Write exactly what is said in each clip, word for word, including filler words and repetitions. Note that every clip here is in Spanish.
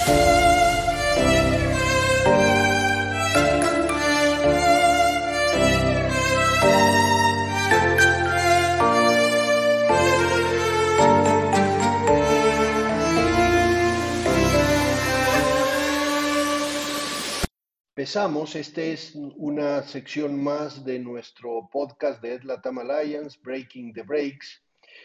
Empezamos, este es una sección más de nuestro podcast de EdLatam Alliance, Breaking the Breaks,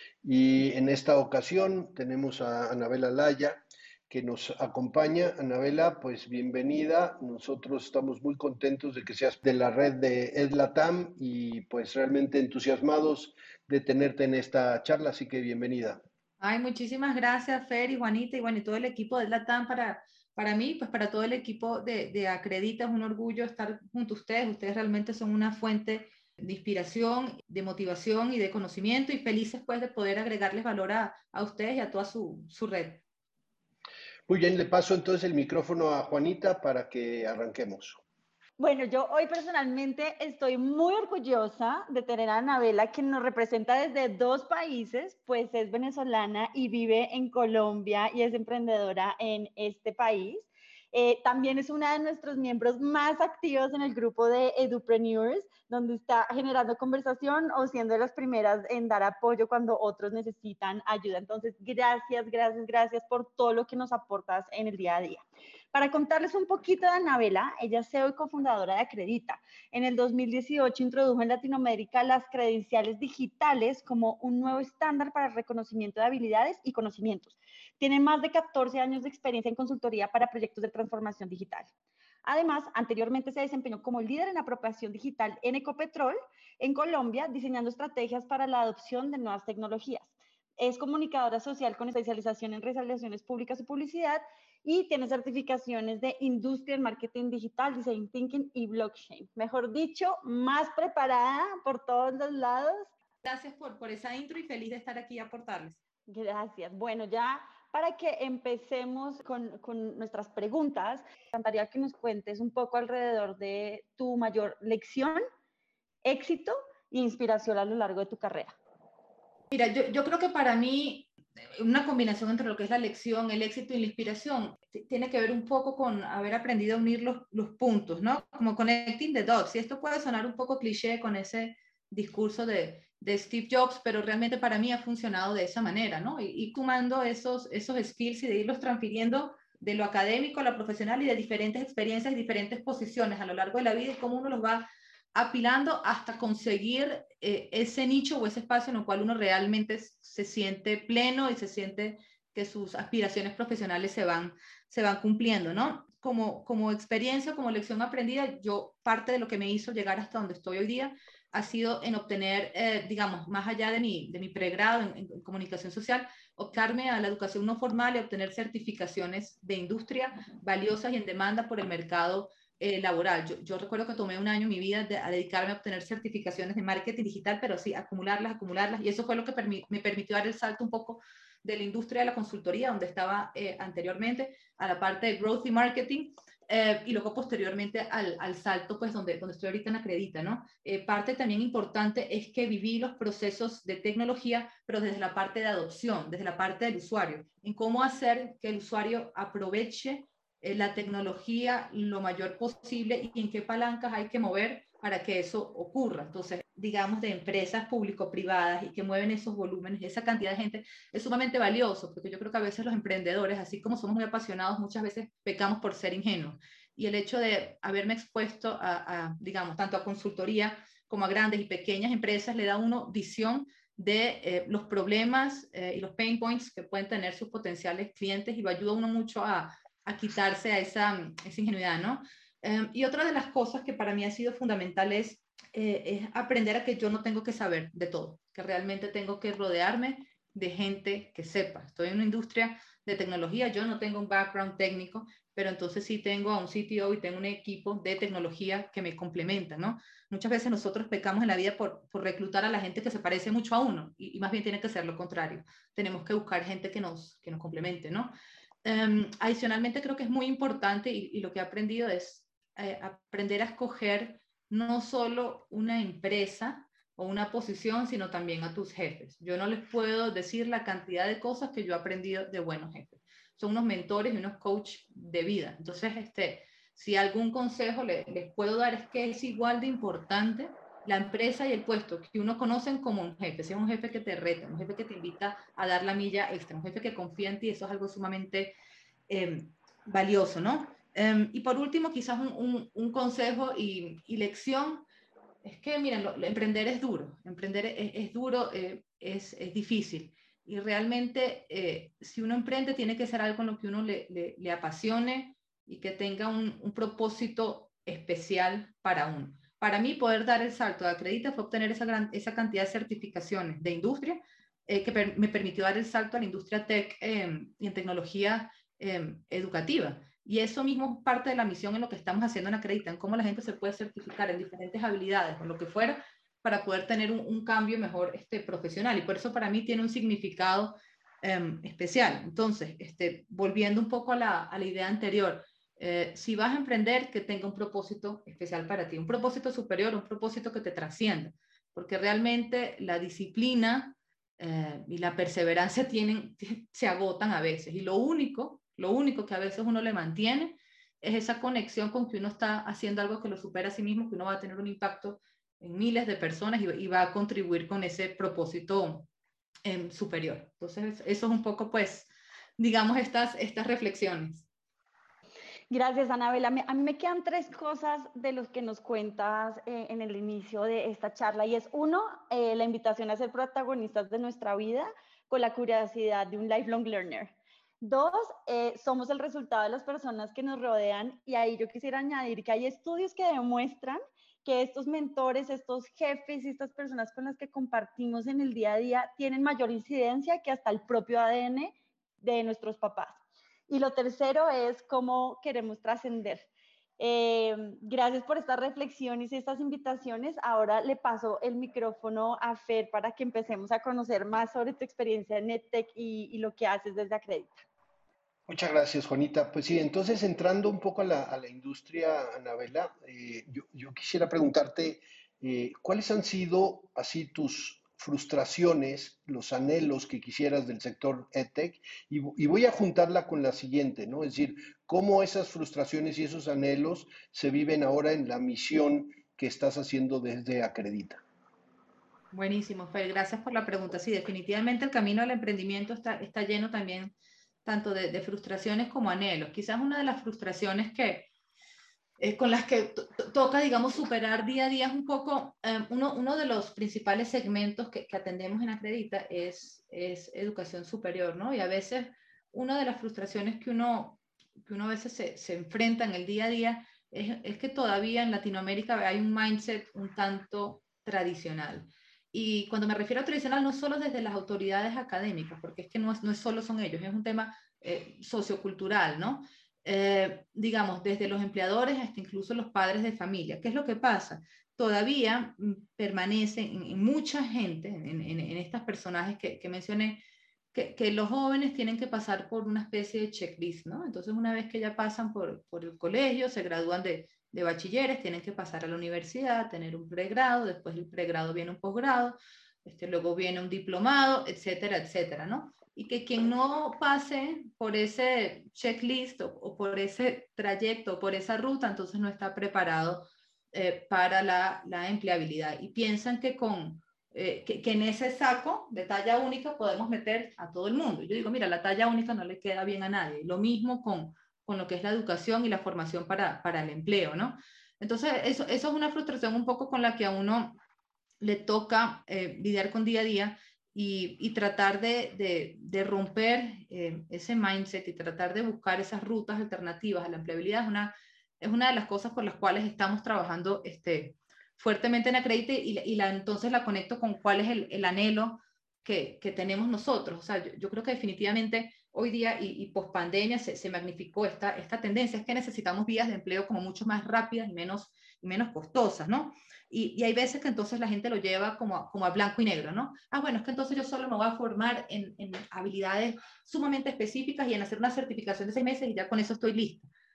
y en esta ocasión tenemos a Anabela Laya que nos acompaña. Anabela, pues bienvenida, nosotros estamos muy contentos de que seas de la red de EdLatam y pues realmente entusiasmados de tenerte en esta charla, así que bienvenida. Ay, muchísimas gracias, Fer y Juanita, y bueno, y todo el equipo de LATAM para, para mí, pues para todo el equipo de, de Acredita, es un orgullo estar junto a ustedes. Ustedes realmente son una fuente de inspiración, de motivación y de conocimiento, y felices pues de poder agregarles valor a, a ustedes y a toda su, su red. Muy bien, le paso entonces el micrófono a Juanita para que arranquemos. Bueno, yo hoy personalmente estoy muy orgullosa de tener a Anabela, que nos representa desde dos países, pues es venezolana y vive en Colombia y es emprendedora en este país. Eh, también es una de nuestros miembros más activos en el grupo de Edupreneurs, donde está generando conversación o siendo de las primeras en dar apoyo cuando otros necesitan ayuda. Entonces, gracias, gracias, gracias por todo lo que nos aportas en el día a día. Para contarles un poquito de Anabela, ella es C E O y cofundadora de Acredita. En el dos mil dieciocho introdujo en Latinoamérica las credenciales digitales como un nuevo estándar para el reconocimiento de habilidades y conocimientos. Tiene más de catorce años de experiencia en consultoría para proyectos de transformación digital. Además, anteriormente se desempeñó como líder en apropiación digital en Ecopetrol, en Colombia, diseñando estrategias para la adopción de nuevas tecnologías. Es comunicadora social con especialización en relaciones públicas y publicidad y tiene certificaciones de industria en marketing digital, design thinking y blockchain. Mejor dicho, más preparada por todos los lados. Gracias por, por esa intro y feliz de estar aquí y aportarles. Gracias. Bueno, ya para que empecemos con, con nuestras preguntas, me encantaría que nos cuentes un poco alrededor de tu mayor lección, éxito e inspiración a lo largo de tu carrera. Mira, yo, yo creo que para mí una combinación entre lo que es la lección, el éxito y la inspiración tiene que ver un poco con haber aprendido a unir los, los puntos, ¿no? Como connecting the dots. Y esto puede sonar un poco cliché con ese discurso de, de Steve Jobs, pero realmente para mí ha funcionado de esa manera, ¿no? Y, y sumando esos, esos skills y de irlos transfiriendo de lo académico a lo profesional y de diferentes experiencias y diferentes posiciones a lo largo de la vida y cómo uno los va apilando hasta conseguir eh, ese nicho o ese espacio en el cual uno realmente se siente pleno y se siente que sus aspiraciones profesionales se van, se van cumpliendo, ¿no? Como, como experiencia, como lección aprendida, yo parte de lo que me hizo llegar hasta donde estoy hoy día ha sido en obtener, eh, digamos, más allá de mi, de mi pregrado en, en comunicación social, optarme a la educación no formal y obtener certificaciones de industria valiosas y en demanda por el mercado Eh, laboral. Yo, yo recuerdo que tomé un año en mi vida de, a dedicarme a obtener certificaciones de marketing digital, pero sí, acumularlas, acumularlas, y eso fue lo que permi me permitió dar el salto un poco de la industria de la consultoría, donde estaba eh, anteriormente, a la parte de growth y marketing, eh, y luego posteriormente al, al salto, pues, donde, donde estoy ahorita en Acredita, ¿no? Eh, parte también importante es que viví los procesos de tecnología, pero desde la parte de adopción, desde la parte del usuario, en cómo hacer que el usuario aproveche la tecnología lo mayor posible y en qué palancas hay que mover para que eso ocurra. Entonces, digamos, de empresas público-privadas y que mueven esos volúmenes, esa cantidad de gente, es sumamente valioso, porque yo creo que a veces los emprendedores, así como somos muy apasionados, muchas veces pecamos por ser ingenuos. Y el hecho de haberme expuesto a, a digamos, tanto a consultoría como a grandes y pequeñas empresas, le da a uno visión de eh, los problemas eh, y los pain points que pueden tener sus potenciales clientes y lo ayuda a uno mucho a a quitarse a esa, esa ingenuidad, ¿no? Um, y otra de las cosas que para mí ha sido fundamental es, eh, es aprender a que yo no tengo que saber de todo, que realmente tengo que rodearme de gente que sepa. Estoy en una industria de tecnología, yo no tengo un background técnico, pero entonces sí tengo a un C T O y tengo un equipo de tecnología que me complementa, ¿no? Muchas veces nosotros pecamos en la vida por, por reclutar a la gente que se parece mucho a uno y, y más bien tiene que ser lo contrario. Tenemos que buscar gente que nos, que nos complemente, ¿no? Um, adicionalmente creo que es muy importante y, y lo que he aprendido es eh, aprender a escoger no solo una empresa o una posición, sino también a tus jefes. Yo no les puedo decir la cantidad de cosas que yo he aprendido de buenos jefes. son unos mentores y unos coach de vida. Entonces, este, si algún consejo le, les puedo dar es que es igual de importante la empresa y el puesto que uno conocen como un jefe, si es un jefe que te reta, un jefe que te invita a dar la milla extra, un jefe que confía en ti, eso es algo sumamente eh, valioso, ¿no? Um, y por último, quizás un, un, un consejo y, y lección, es que, miren, lo, lo, emprender es duro, emprender es, es duro, eh, es, es difícil, y realmente eh, si uno emprende tiene que ser algo en lo que uno le, le, le apasione y que tenga un, un propósito especial para uno. Para mí, poder dar el salto de Acredita fue obtener esa, gran, esa cantidad de certificaciones de industria eh, que per, me permitió dar el salto a la industria tech eh, y en tecnología eh, educativa. Y eso mismo es parte de la misión en lo que estamos haciendo en Acredita, en cómo la gente se puede certificar en diferentes habilidades, o lo que fuera, para poder tener un, un cambio mejor este, profesional. Y por eso para mí tiene un significado eh, especial. Entonces, este, volviendo un poco a la, a la idea anterior, Eh, si vas a emprender, que tenga un propósito especial para ti, un propósito superior, un propósito que te trascienda, porque realmente la disciplina eh, y la perseverancia tienen, se agotan a veces, y lo único, lo único que a veces uno le mantiene es esa conexión con que uno está haciendo algo que lo supera a sí mismo, que uno va a tener un impacto en miles de personas y, y va a contribuir con ese propósito eh, superior. Entonces, eso es un poco, pues, digamos, estas, estas reflexiones. Gracias, Anabela. A mí me quedan tres cosas de los que nos cuentas eh, en el inicio de esta charla, y es uno, eh, la invitación a ser protagonistas de nuestra vida con la curiosidad de un lifelong learner. Dos, eh, somos el resultado de las personas que nos rodean, y ahí yo quisiera añadir que hay estudios que demuestran que estos mentores, estos jefes y estas personas con las que compartimos en el día a día tienen mayor incidencia que hasta el propio A D N de nuestros papás. Y lo tercero es cómo queremos trascender. Eh, gracias por esta reflexión y estas invitaciones. Ahora le paso el micrófono a Fer para que empecemos a conocer más sobre tu experiencia en EdTech y, y lo que haces desde Acredita. Muchas gracias, Juanita. Pues sí, entonces entrando un poco a la, a la industria, Anabela, eh, yo, yo, quisiera preguntarte eh, cuáles han sido así tus frustraciones, los anhelos que quisieras del sector EdTech, y, y voy a juntarla con la siguiente, ¿no? Es decir, cómo esas frustraciones y esos anhelos se viven ahora en la misión que estás haciendo desde Acredita. Buenísimo, Fer, gracias por la pregunta. Sí, definitivamente el camino al emprendimiento está, está lleno también tanto de, de frustraciones como anhelos. Quizás una de las frustraciones que, eh, con las que toca, digamos, superar día a día es un poco, eh, uno, uno de los principales segmentos que, que atendemos en Acredita es, es educación superior, ¿no? Y a veces una de las frustraciones que uno, que uno a veces se, se enfrenta en el día a día es, es que todavía en Latinoamérica hay un mindset un tanto tradicional. Y cuando me refiero a tradicional, no solo desde las autoridades académicas, porque es que no es, no es solo son ellos, es un tema eh, sociocultural, ¿no? Eh, digamos, desde los empleadores hasta incluso los padres de familia. ¿Qué es lo que pasa? Todavía permanece en, en mucha gente, en, en, en estos personajes que, que mencioné, que, que, los jóvenes tienen que pasar por una especie de checklist, ¿no? Entonces, una vez que ya pasan por, por el colegio, se gradúan de, de bachilleres, tienen que pasar a la universidad, tener un pregrado, después del pregrado viene un posgrado, este, luego viene un diplomado, etcétera, etcétera, ¿no? Y que quien no pase por ese checklist o, o por ese trayecto, por esa ruta, entonces no está preparado eh, para la, la empleabilidad. Y piensan que con eh, que, que en ese saco de talla única podemos meter a todo el mundo. Yo digo, mira, la talla única no le queda bien a nadie. Lo mismo con, con lo que es la educación y la formación para, para el empleo, ¿no? Entonces, eso, eso es una frustración un poco con la que a uno le toca eh, lidiar con día a día y, y tratar de, de, de romper eh, ese mindset y tratar de buscar esas rutas alternativas a la empleabilidad es una, es una de las cosas por las cuales estamos trabajando este, fuertemente en Acredite y, y la, entonces la conecto con cuál es el, el anhelo que, que tenemos nosotros. O sea, yo, yo creo que definitivamente hoy día y, y post pandemia se, se magnificó esta, esta tendencia, es que necesitamos vías de empleo como mucho más rápidas y menos, y menos costosas, ¿no? Y, y hay veces que entonces la gente lo lleva como a, como a blanco y negro, ¿no? Ah, bueno, es que entonces yo solo me voy a formar en, en habilidades sumamente específicas y en hacer una certificación de seis meses y ya con eso estoy lista.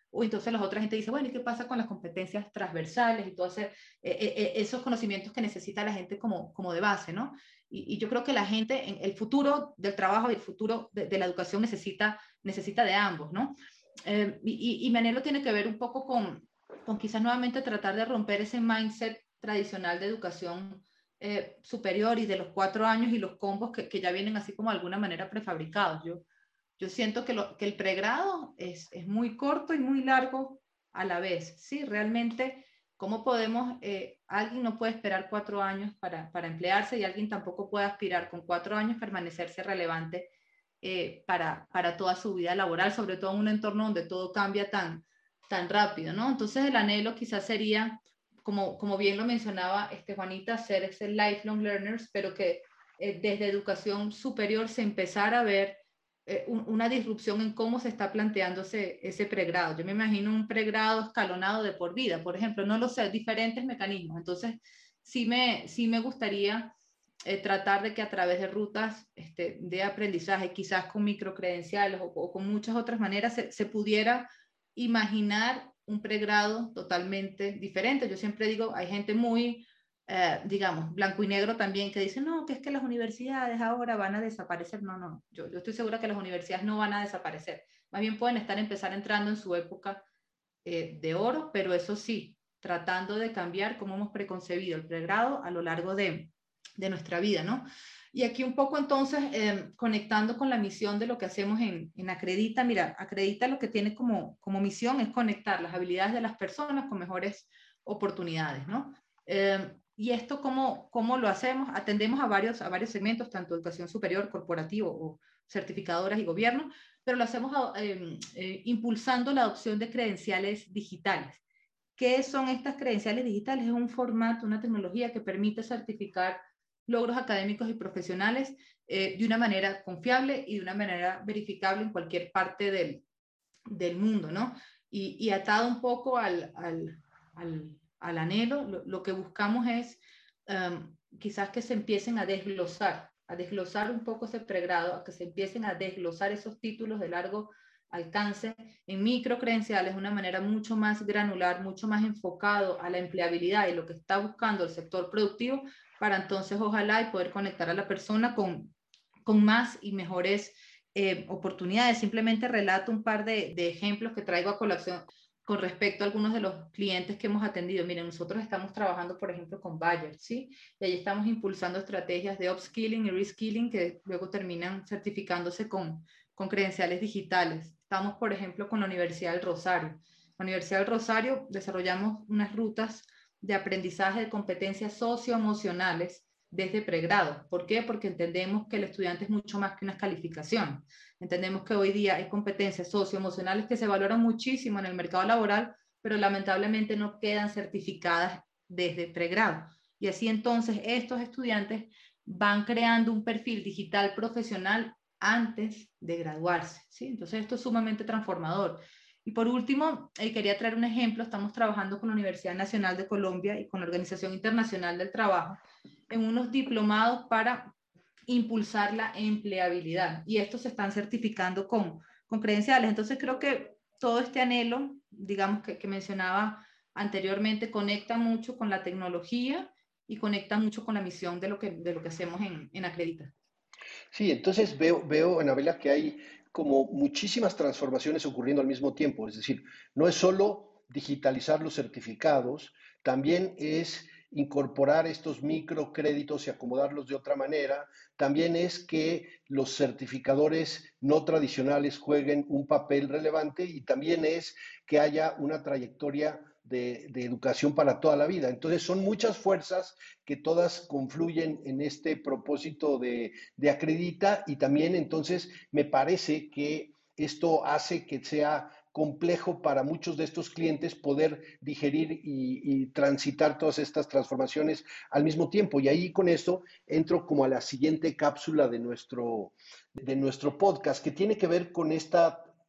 o entonces la otra gente dice, bueno, ¿y qué pasa con las competencias transversales y todos eh, eh, esos conocimientos que necesita la gente como, como de base, ¿no? Y, y yo creo que la gente, en el futuro del trabajo y el futuro de, de la educación necesita, necesita de ambos, ¿no? Eh, y, y mi anhelo tiene que ver un poco con, con quizás nuevamente tratar de romper ese mindset tradicional de educación eh, superior y de los cuatro años y los combos que, que ya vienen así como de alguna manera prefabricados. Yo, yo siento que, lo, que el pregrado es, es muy corto y muy largo a la vez. Sí, realmente, ¿cómo podemos? Eh, alguien no puede esperar cuatro años para, para emplearse y alguien tampoco puede aspirar con cuatro años permanecerse relevante eh, para, para toda su vida laboral, sobre todo en un entorno donde todo cambia tan, tan rápido, ¿no? Entonces el anhelo quizás sería, como, como bien lo mencionaba este, Juanita, ser ese lifelong learners, pero que eh, desde educación superior se empezara a ver eh, un, una disrupción en cómo se está planteándose ese pregrado. Yo me imagino un pregrado escalonado de por vida, por ejemplo, no lo sé, diferentes mecanismos. Entonces, sí me, sí me gustaría eh, tratar de que a través de rutas este, de aprendizaje, quizás con microcredenciales o, o con muchas otras maneras, se, se pudiera imaginar un pregrado totalmente diferente. Yo siempre digo, hay gente muy, eh, digamos, blanco y negro también que dice, no, que es que las universidades ahora van a desaparecer. No, no, yo, yo estoy segura que las universidades no van a desaparecer. Más bien pueden estar, empezar entrando en su época eh, de oro, pero eso sí, tratando de cambiar cómo hemos preconcebido el pregrado a lo largo de, de nuestra vida, ¿no? Y aquí un poco entonces, eh, conectando con la misión de lo que hacemos en, en Acredita, mira, Acredita lo que tiene como, como misión es conectar las habilidades de las personas con mejores oportunidades, ¿no? Eh, y esto, ¿cómo, ¿cómo lo hacemos? Atendemos a varios, a varios segmentos, tanto educación superior, corporativo o certificadoras y gobierno, pero lo hacemos eh, eh, impulsando la adopción de credenciales digitales. ¿Qué son estas credenciales digitales? Es un formato, una tecnología que permite certificar logros académicos y profesionales eh, de una manera confiable y de una manera verificable en cualquier parte del, del mundo, ¿no? Y, y atado un poco al, al, al, al anhelo, lo, lo, que buscamos es um, quizás que se empiecen a desglosar, a desglosar un poco ese pregrado, a que se empiecen a desglosar esos títulos de largo alcance en microcredenciales de una manera mucho más granular, mucho más enfocado a la empleabilidad y lo que está buscando el sector productivo, para entonces ojalá y poder conectar a la persona con, con más y mejores eh, oportunidades. Simplemente relato un par de, de ejemplos que traigo a colación con respecto a algunos de los clientes que hemos atendido. Miren, nosotros estamos trabajando, por ejemplo, con Bayer, ¿sí? Y ahí estamos impulsando estrategias de upskilling y reskilling que luego terminan certificándose con, con credenciales digitales. Estamos, por ejemplo, con la Universidad del Rosario. La Universidad del Rosario desarrollamos unas rutas de aprendizaje de competencias socioemocionales desde pregrado. ¿Por qué? Porque entendemos que el estudiante es mucho más que unas calificaciones. Entendemos que hoy día hay competencias socioemocionales que se valoran muchísimo en el mercado laboral, pero lamentablemente no quedan certificadas desde pregrado. Y así entonces estos estudiantes van creando un perfil digital profesional antes de graduarse, ¿sí? Entonces esto es sumamente transformador. Y por último, eh, quería traer un ejemplo. Estamos trabajando con la Universidad Nacional de Colombia y con la Organización Internacional del Trabajo en unos diplomados para impulsar la empleabilidad. Y estos se están certificando con, con credenciales. Entonces creo que todo este anhelo, digamos que, que mencionaba anteriormente, conecta mucho con la tecnología y conecta mucho con la misión de lo que, de lo que hacemos en, en Acredita. Sí, entonces veo, veo, Anabela, que hay como muchísimas transformaciones ocurriendo al mismo tiempo. Es decir, no es solo digitalizar los certificados, también es incorporar estos microcréditos y acomodarlos de otra manera. También es que los certificadores no tradicionales jueguen un papel relevante y también es que haya una trayectoria de, de educación para toda la vida. Entonces son muchas fuerzas que todas confluyen en este propósito de, de Acredita y también entonces me parece que esto hace que sea complejo para muchos de estos clientes poder digerir y, y, transitar todas estas transformaciones al mismo tiempo. Y ahí con esto entro como a la siguiente cápsula de nuestro, de nuestro podcast, que tiene que ver con esta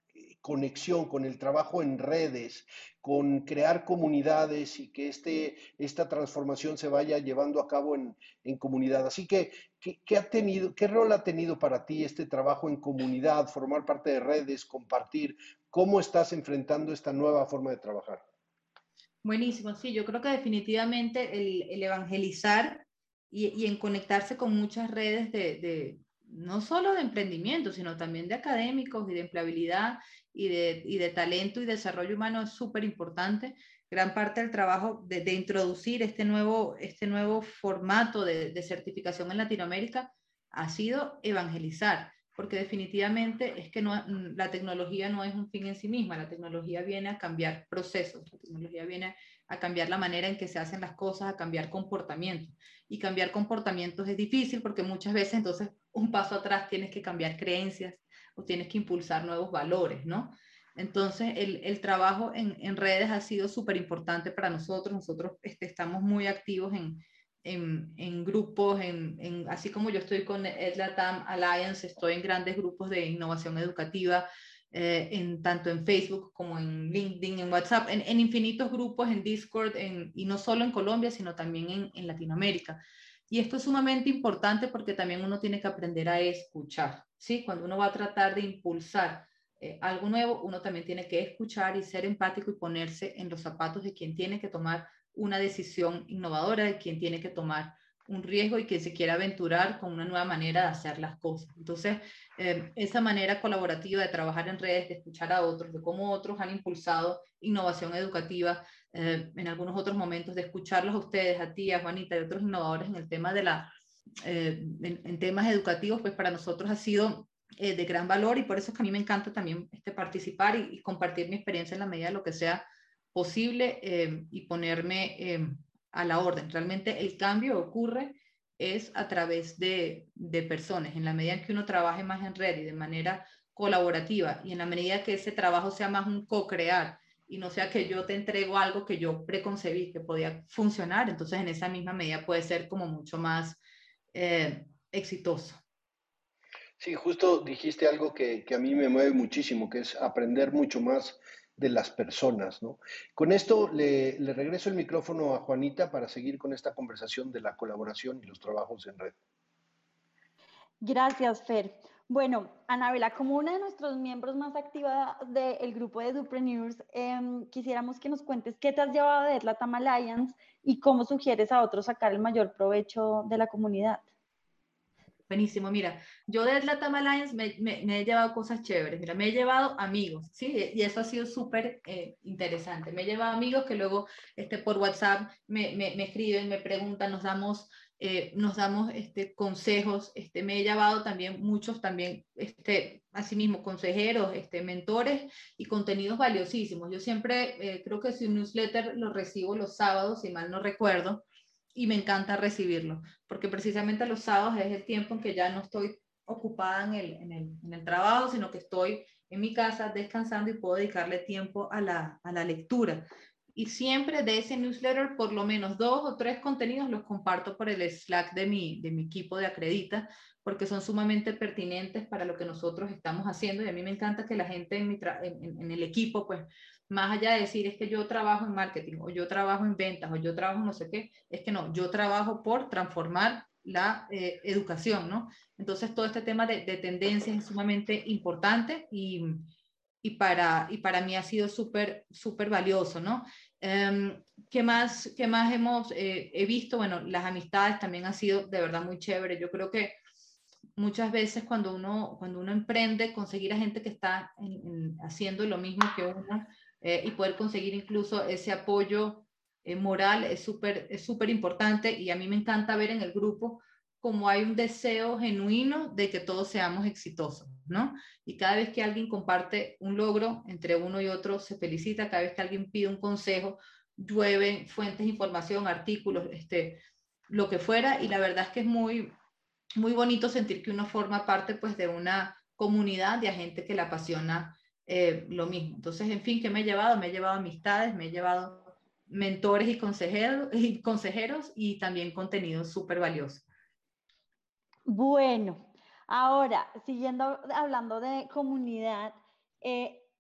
conexión, con el trabajo en redes, con crear comunidades y que este, esta transformación se vaya llevando a cabo en, en comunidad. Así que, ¿qué, qué ha tenido, qué rol ha tenido para ti este trabajo en comunidad, formar parte de redes, compartir? ¿Cómo estás enfrentando esta nueva forma de trabajar? Buenísimo, sí, yo creo que definitivamente el, el evangelizar y, y en conectarse con muchas redes de, de, no solo de emprendimiento, sino también de académicos y de empleabilidad y de, y de talento y desarrollo humano es súper importante. Gran parte del trabajo de, de introducir este nuevo, este nuevo formato de, de certificación en Latinoamérica ha sido evangelizar, porque definitivamente es que no, la tecnología no es un fin en sí misma, la tecnología viene a cambiar procesos, la tecnología viene a cambiar la manera en que se hacen las cosas, a cambiar comportamientos. Y cambiar comportamientos es difícil porque muchas veces entonces un paso atrás tienes que cambiar creencias o tienes que impulsar nuevos valores, ¿no? Entonces el, el trabajo en, en redes ha sido súper importante para nosotros, nosotros este, estamos muy activos en en, en grupos, en, en, así como yo estoy con EdLatam Alliance, estoy en grandes grupos de innovación educativa, eh, en, tanto en Facebook como en LinkedIn, en WhatsApp, en, en infinitos grupos, en Discord, en, y no solo en Colombia, sino también en, en Latinoamérica. Y esto es sumamente importante porque también uno tiene que aprender a escuchar, ¿sí? Cuando uno va a tratar de impulsar eh, algo nuevo, uno también tiene que escuchar y ser empático y ponerse en los zapatos de quien tiene que tomar una decisión innovadora, de quien tiene que tomar un riesgo y que se quiera aventurar con una nueva manera de hacer las cosas. Entonces, eh, esa manera colaborativa de trabajar en redes, de escuchar a otros, de cómo otros han impulsado innovación educativa, eh, en algunos otros momentos de escucharlos a ustedes, a ti, a Juanita y otros innovadores en el tema de la, eh, en, en temas educativos, pues para nosotros ha sido eh, de gran valor y por eso es que a mí me encanta también este, participar y, y compartir mi experiencia en la medida de lo que sea posible eh, y ponerme eh, a la orden. Realmente el cambio ocurre es a través de, de personas. En la medida en que uno trabaje más en red y de manera colaborativa y en la medida que ese trabajo sea más un co-crear y no sea que yo te entrego algo que yo preconcebí que podía funcionar, entonces en esa misma medida puede ser como mucho más eh, exitoso. Sí, justo dijiste algo que, que a mí me mueve muchísimo, que es aprender mucho más de las personas, ¿no? Con esto le, le regreso el micrófono a Juanita para seguir con esta conversación de la colaboración y los trabajos en red. Gracias, Fer. Bueno, Anabela, como una de nuestros miembros más activa del grupo de Dupreneurs, eh, quisiéramos que nos cuentes qué te has llevado de EdLatam Alliance y cómo sugieres a otros sacar el mayor provecho de la comunidad. Buenísimo, mira, yo de Latam Alliance me, me, me he llevado cosas chéveres, mira, me he llevado amigos, ¿sí? Y eso ha sido súper eh, interesante. Me he llevado amigos que luego este, por WhatsApp me, me, me escriben, me preguntan, nos damos, eh, nos damos este, consejos, este, me he llevado también muchos también, este, asimismo, consejeros, este, mentores y contenidos valiosísimos. Yo siempre eh, creo que si un newsletter lo recibo los sábados, si mal no recuerdo, y me encanta recibirlo, porque precisamente los sábados es el tiempo en que ya no estoy ocupada en el, en el, en el trabajo, sino que estoy en mi casa descansando y puedo dedicarle tiempo a la, a la lectura. Y siempre de ese newsletter, por lo menos dos o tres contenidos los comparto por el Slack de mi, de mi equipo de Acredita, porque son sumamente pertinentes para lo que nosotros estamos haciendo. Y a mí me encanta que la gente en, mi en, en el equipo, pues, más allá de decir es que yo trabajo en marketing o yo trabajo en ventas o yo trabajo en no sé qué, es que no, yo trabajo por transformar la eh, educación, ¿no? Entonces todo este tema de, de tendencias es sumamente importante y, y, para, y para mí ha sido súper, súper valioso, ¿no? Um, ¿qué, más, ¿Qué más hemos eh, he visto? Bueno, las amistades también han sido de verdad muy chévere. Yo creo que muchas veces cuando uno, cuando uno emprende, conseguir a gente que está en, en, haciendo lo mismo que uno eh, y poder conseguir incluso ese apoyo eh, moral es súper es súper importante y a mí me encanta ver en el grupo como hay un deseo genuino de que todos seamos exitosos, ¿no? Y cada vez que alguien comparte un logro entre uno y otro, se felicita, cada vez que alguien pide un consejo, llueven fuentes de información, artículos, este, lo que fuera, y la verdad es que es muy, muy bonito sentir que uno forma parte pues de una comunidad de gente que le apasiona eh, lo mismo. Entonces, en fin, ¿qué me he llevado? Me he llevado amistades, me he llevado mentores y consejeros y, consejeros, y también contenido súper valioso. Bueno, ahora, siguiendo hablando de comunidad, eh,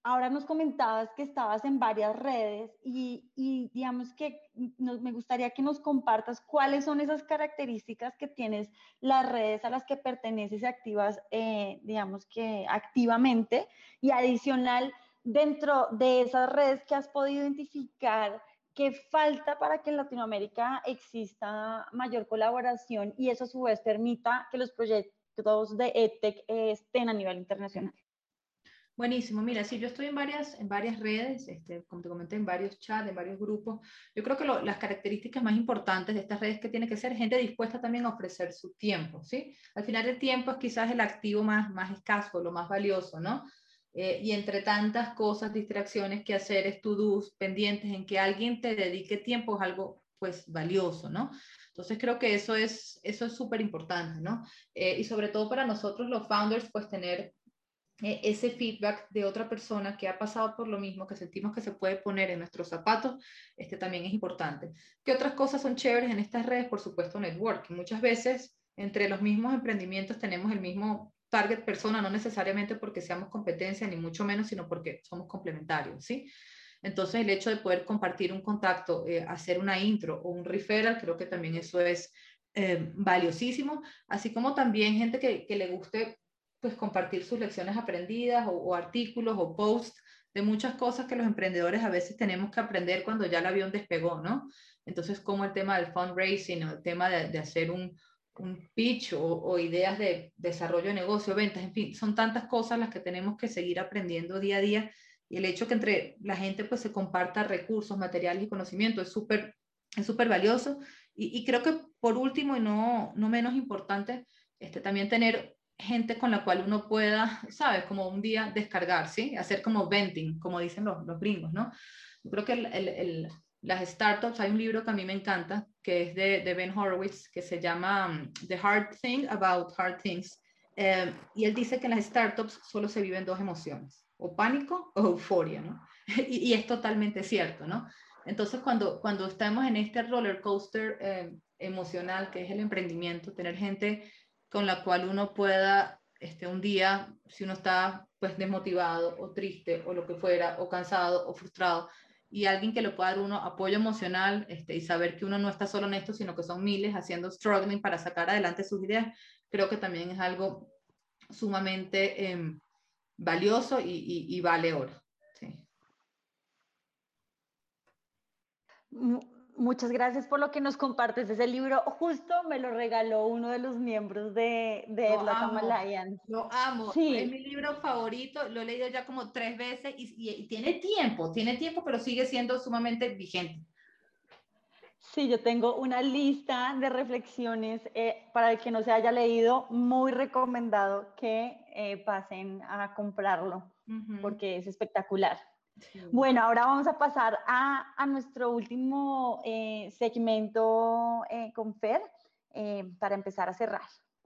ahora nos comentabas que estabas en varias redes y, y digamos que nos, me gustaría que nos compartas cuáles son esas características que tienes las redes a las que perteneces y activas, eh, digamos que activamente, y adicional, dentro de esas redes que has podido identificar, ¿qué falta para que en Latinoamérica exista mayor colaboración y eso a su vez permita que los proyectos de EdTech eh, estén a nivel internacional? Buenísimo, mira, sí, yo estoy en varias, en varias redes, este, como te comenté, en varios chats, en varios grupos. Yo creo que lo, las características más importantes de estas redes que tiene que ser gente dispuesta también a ofrecer su tiempo, ¿sí? Al final el tiempo es quizás el activo más, más escaso, lo más valioso, ¿no? Eh, y entre tantas cosas, distracciones que hacer, to-dos, pendientes, en que alguien te dedique tiempo es algo, pues, valioso, ¿no? Entonces creo que eso es, eso es súper importante, ¿no? Eh, y sobre todo para nosotros los founders, pues tener eh, ese feedback de otra persona que ha pasado por lo mismo, que sentimos que se puede poner en nuestros zapatos, este también es importante. ¿Qué otras cosas son chéveres en estas redes? Por supuesto, networking. Muchas veces entre los mismos emprendimientos tenemos el mismo target persona, no necesariamente porque seamos competencia, ni mucho menos, sino porque somos complementarios, ¿sí? Entonces, el hecho de poder compartir un contacto, eh, hacer una intro o un referral, creo que también eso es eh, valiosísimo, así como también gente que, que le guste pues compartir sus lecciones aprendidas o, o artículos o posts de muchas cosas que los emprendedores a veces tenemos que aprender cuando ya el avión despegó, ¿no? Entonces, como el tema del fundraising o el tema de, de hacer un, un pitch o, o ideas de desarrollo de negocio, ventas, en fin, son tantas cosas las que tenemos que seguir aprendiendo día a día y el hecho que entre la gente pues se comparta recursos, materiales y conocimiento es súper es súper valioso y, y creo que por último y no, no menos importante, este, también tener gente con la cual uno pueda, ¿sabes? Como un día descargar, ¿sí? Hacer como venting, como dicen los, los gringos, ¿no? Yo creo que el, el, el, las startups, hay un libro que a mí me encanta, que es de, de Ben Horowitz, que se llama um, The Hard Thing About Hard Things. Eh, y él dice que en las startups solo se viven dos emociones, o pánico o euforia, ¿no? y, y es totalmente cierto, ¿no? Entonces, cuando, cuando estamos en este roller coaster eh, emocional que es el emprendimiento, tener gente con la cual uno pueda, este, un día, si uno está pues desmotivado o triste o lo que fuera, o cansado o frustrado, y alguien que le pueda dar uno apoyo emocional este, y saber que uno no está solo en esto, sino que son miles haciendo struggling para sacar adelante sus ideas, creo que también es algo sumamente eh, valioso y, y, y vale oro. Sí. Muchas gracias por lo que nos compartes. Ese libro justo me lo regaló uno de los miembros de, de Lo Latam amo, Alliance. lo amo. Es Sí, mi libro favorito, lo he leído ya como tres veces y, y, y tiene tiempo, tiene tiempo, pero sigue siendo sumamente vigente. sí, yo tengo una lista de reflexiones eh, para el que no se haya leído, muy recomendado que eh, pasen a comprarlo Uh-huh. porque es espectacular. Sí. Bueno, ahora vamos a pasar a, a nuestro último eh, segmento eh, con Fer eh, para empezar a cerrar.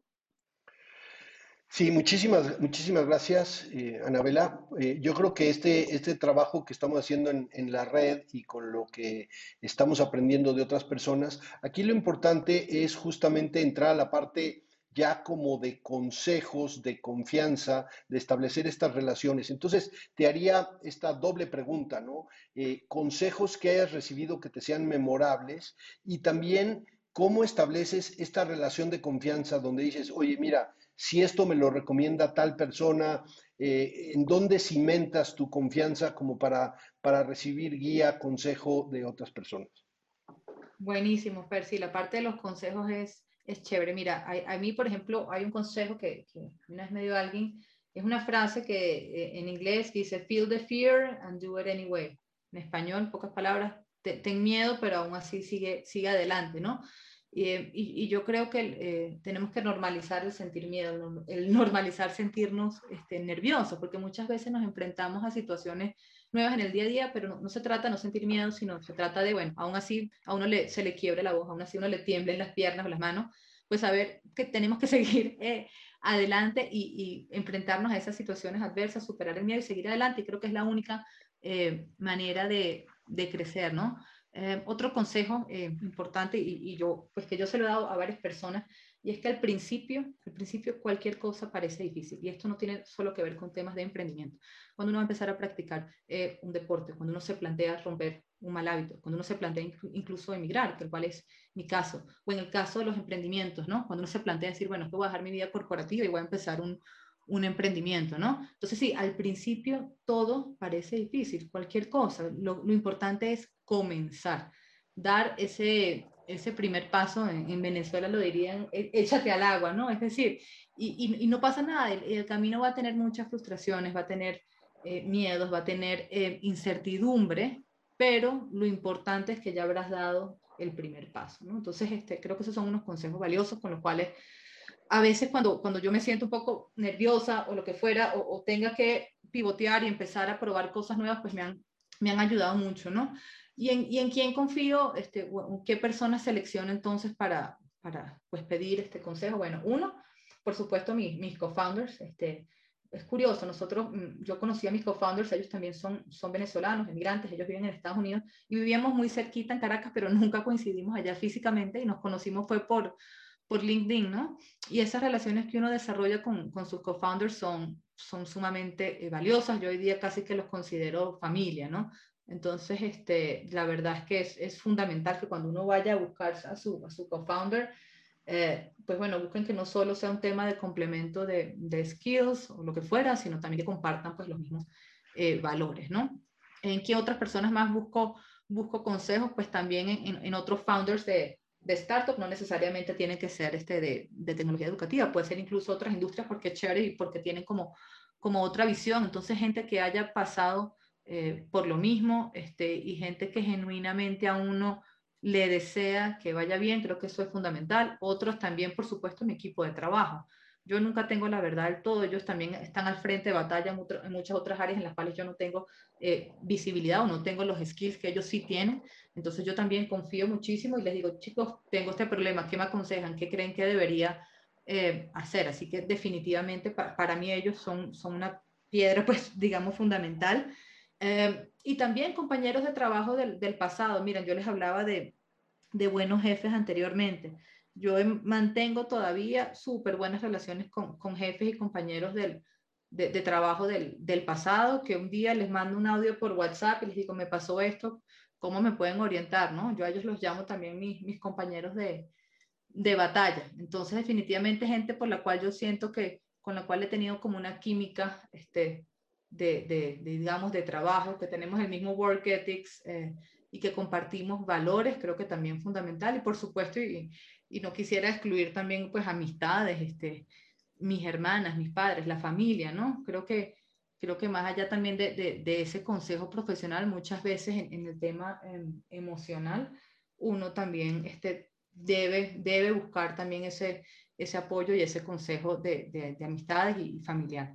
Sí, muchísimas, muchísimas gracias, eh, Anabela. Eh, yo creo que este, este trabajo que estamos haciendo en, en la red y con lo que estamos aprendiendo de otras personas, aquí lo importante es justamente entrar a la parte ya como de consejos, de confianza, de establecer estas relaciones. Entonces, te haría esta doble pregunta, ¿no? Eh, consejos que hayas recibido que te sean memorables y también cómo estableces esta relación de confianza donde dices, oye, mira, si esto me lo recomienda tal persona, eh, en dónde cimentas tu confianza como para, para recibir guía, consejo de otras personas. Buenísimo, Fer. Sí, la parte de los consejos es, es chévere. Mira, a, a mí, por ejemplo, hay un consejo que, que una vez me dio alguien, es una frase que eh, en inglés dice, feel the fear and do it anyway. En español, pocas palabras, te, ten miedo, pero aún así sigue, sigue adelante, ¿no? Y, y, y yo creo que eh, tenemos que normalizar el sentir miedo, el normalizar sentirnos este, nerviosos, porque muchas veces nos enfrentamos a situaciones nuevas en el día a día, pero no, no se trata de no sentir miedo, sino se trata de, bueno, aún así a uno le, se le quiebre la voz, aún así a uno le tiemblen las piernas o las manos, pues saber que tenemos que seguir eh, adelante y, y, enfrentarnos a esas situaciones adversas, superar el miedo y seguir adelante. Y creo que es la única eh, manera de, de crecer, ¿no? Eh, otro consejo eh, importante, y, y yo, pues que yo se lo he dado a varias personas, y es que al principio, al principio cualquier cosa parece difícil, y esto no tiene solo que ver con temas de emprendimiento. Cuando uno va a empezar a practicar eh, un deporte, cuando uno se plantea romper un mal hábito, cuando uno se plantea inclu incluso emigrar, que el cual es mi caso, o en el caso de los emprendimientos, ¿no? Cuando uno se plantea decir, bueno, que voy a dejar mi vida corporativa y voy a empezar un, un emprendimiento, ¿no? Entonces sí, al principio todo parece difícil, cualquier cosa, lo, lo importante es comenzar, dar ese, ese primer paso. En, en Venezuela lo dirían, échate al agua, ¿no? Es decir, y, y, y no pasa nada, el, el, camino va a tener muchas frustraciones, va a tener eh, miedos, va a tener eh, incertidumbre, pero lo importante es que ya habrás dado el primer paso, ¿no? Entonces, este, creo que esos son unos consejos valiosos con los cuales a veces cuando, cuando yo me siento un poco nerviosa o lo que fuera, o, o tenga que pivotear y empezar a probar cosas nuevas, pues me han, me han ayudado mucho, ¿no? ¿Y en, y en quién confío? Este, ¿Qué personas selecciono entonces para, para pues, pedir este consejo? Bueno, uno, por supuesto, mis, mis co-founders. Este, es curioso, nosotros, yo conocí a mis co-founders, ellos también son, son venezolanos, emigrantes, ellos viven en Estados Unidos y vivíamos muy cerquita en Caracas, pero nunca coincidimos allá físicamente y nos conocimos fue por, por LinkedIn, ¿no? Y esas relaciones que uno desarrolla con, con sus co-founders son, son sumamente eh, valiosas. Yo hoy día casi que los considero familia, ¿no? Entonces, este, la verdad es que es, es fundamental que cuando uno vaya a buscar a su, a su co-founder, eh, pues bueno, busquen que no solo sea un tema de complemento de, de skills o lo que fuera, sino también que compartan pues los mismos eh, valores, ¿no? ¿En qué otras personas más busco, busco consejos? Pues también en, en, en otros founders de, de startup, no necesariamente tienen que ser este de, de tecnología educativa, puede ser incluso otras industrias porque es chévere y porque tienen como, como otra visión. Entonces, gente que haya pasado eh, por lo mismo este, y gente que genuinamente a uno le desea que vaya bien, creo que eso es fundamental. Otros también, por supuesto, mi equipo de trabajo. Yo nunca tengo la verdad del todo, ellos también están al frente de batalla en, otro, en muchas otras áreas en las cuales yo no tengo eh, visibilidad o no tengo los skills que ellos sí tienen. Entonces yo también confío muchísimo y les digo, chicos, tengo este problema, ¿qué me aconsejan? ¿Qué creen que debería eh, hacer? Así que definitivamente pa para mí ellos son, son una piedra, pues digamos, fundamental. Eh, y también compañeros de trabajo del, del pasado. Miren, yo les hablaba de, de buenos jefes anteriormente. Yo mantengo todavía súper buenas relaciones con, con jefes y compañeros del, de, de trabajo del, del pasado, que un día les mando un audio por WhatsApp y les digo, me pasó esto, ¿cómo me pueden orientar? ¿No? Yo a ellos los llamo también mis, mis compañeros de, de batalla. Entonces, definitivamente gente por la cual yo siento que, con la cual he tenido como una química, este, de, de, de, digamos, de trabajo, que tenemos el mismo work ethics eh, y que compartimos valores, creo que también fundamental. Y por supuesto, y, y no quisiera excluir también, pues, amistades, este, mis hermanas, mis padres, la familia, ¿no? Creo que, creo que más allá también de, de, de ese consejo profesional, muchas veces en, en el tema eh, emocional, uno también este, debe, debe buscar también ese, ese apoyo y ese consejo de, de, de amistades y, y familiar.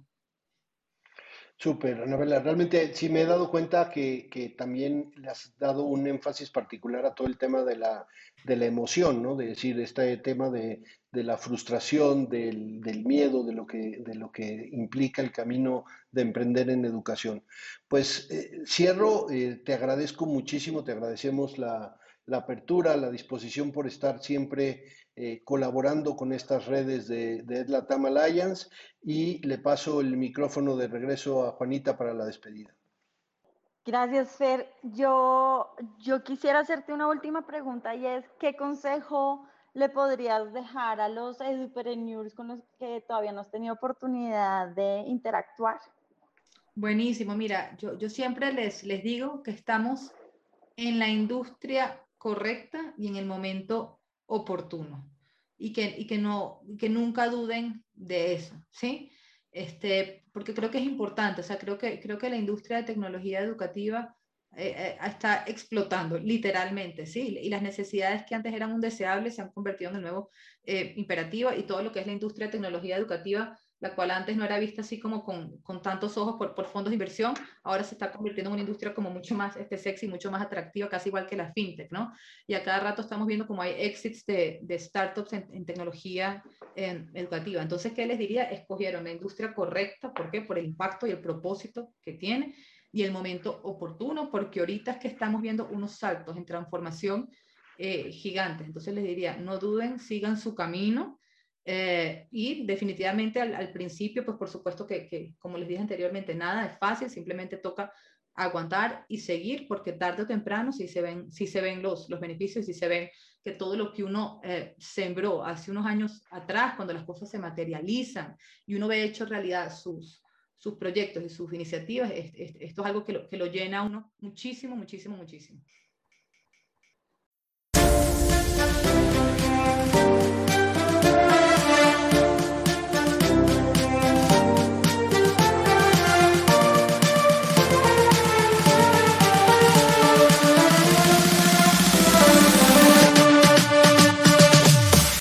Súper, Anabela. Realmente sí me he dado cuenta que, que también le has dado un énfasis particular a todo el tema de la, de la emoción, ¿no? De decir, este tema de, de la frustración, del, del miedo, de lo que, de lo que implica el camino de emprender en educación. Pues eh, cierro, eh, te agradezco muchísimo, te agradecemos la, la apertura, la disposición por estar siempre eh, colaborando con estas redes de, de EdLatam Alliance y le paso el micrófono de regreso a Juanita para la despedida. Gracias, Fer. Yo, yo quisiera hacerte una última pregunta y es, ¿qué consejo le podrías dejar a los edupreneurs con los que todavía no has tenido oportunidad de interactuar? Buenísimo, mira, yo, yo siempre les, les digo que estamos en la industria correcta y en el momento oportuno y que, y que, no, que nunca duden de eso, ¿sí? Este, porque creo que es importante, o sea, creo que, creo que la industria de tecnología educativa eh, eh, está explotando, literalmente, ¿sí? Y las necesidades que antes eran un deseable se han convertido en el nuevo eh, imperativo y todo lo que es la industria de tecnología educativa, la cual antes no era vista así como con, con tantos ojos por, por fondos de inversión, ahora se está convirtiendo en una industria como mucho más este, sexy, mucho más atractiva, casi igual que la fintech, ¿no? Y a cada rato estamos viendo como hay exits de, de startups en, en tecnología en, educativa. Entonces, ¿qué les diría? Escogieron la industria correcta, ¿por qué? Por el impacto y el propósito que tiene y el momento oportuno, porque ahorita es que estamos viendo unos saltos en transformación eh, gigantes. Entonces les diría, no duden, sigan su camino, Eh, y definitivamente al, al principio, pues por supuesto que, que, como les dije anteriormente, nada es fácil, simplemente toca aguantar y seguir, porque tarde o temprano sí se ven, sí se ven los, los beneficios, sí se ven que todo lo que uno eh, sembró hace unos años atrás, cuando las cosas se materializan y uno ve hecho realidad sus, sus proyectos y sus iniciativas, es, es, esto es algo que lo, que lo llena a uno muchísimo, muchísimo, muchísimo.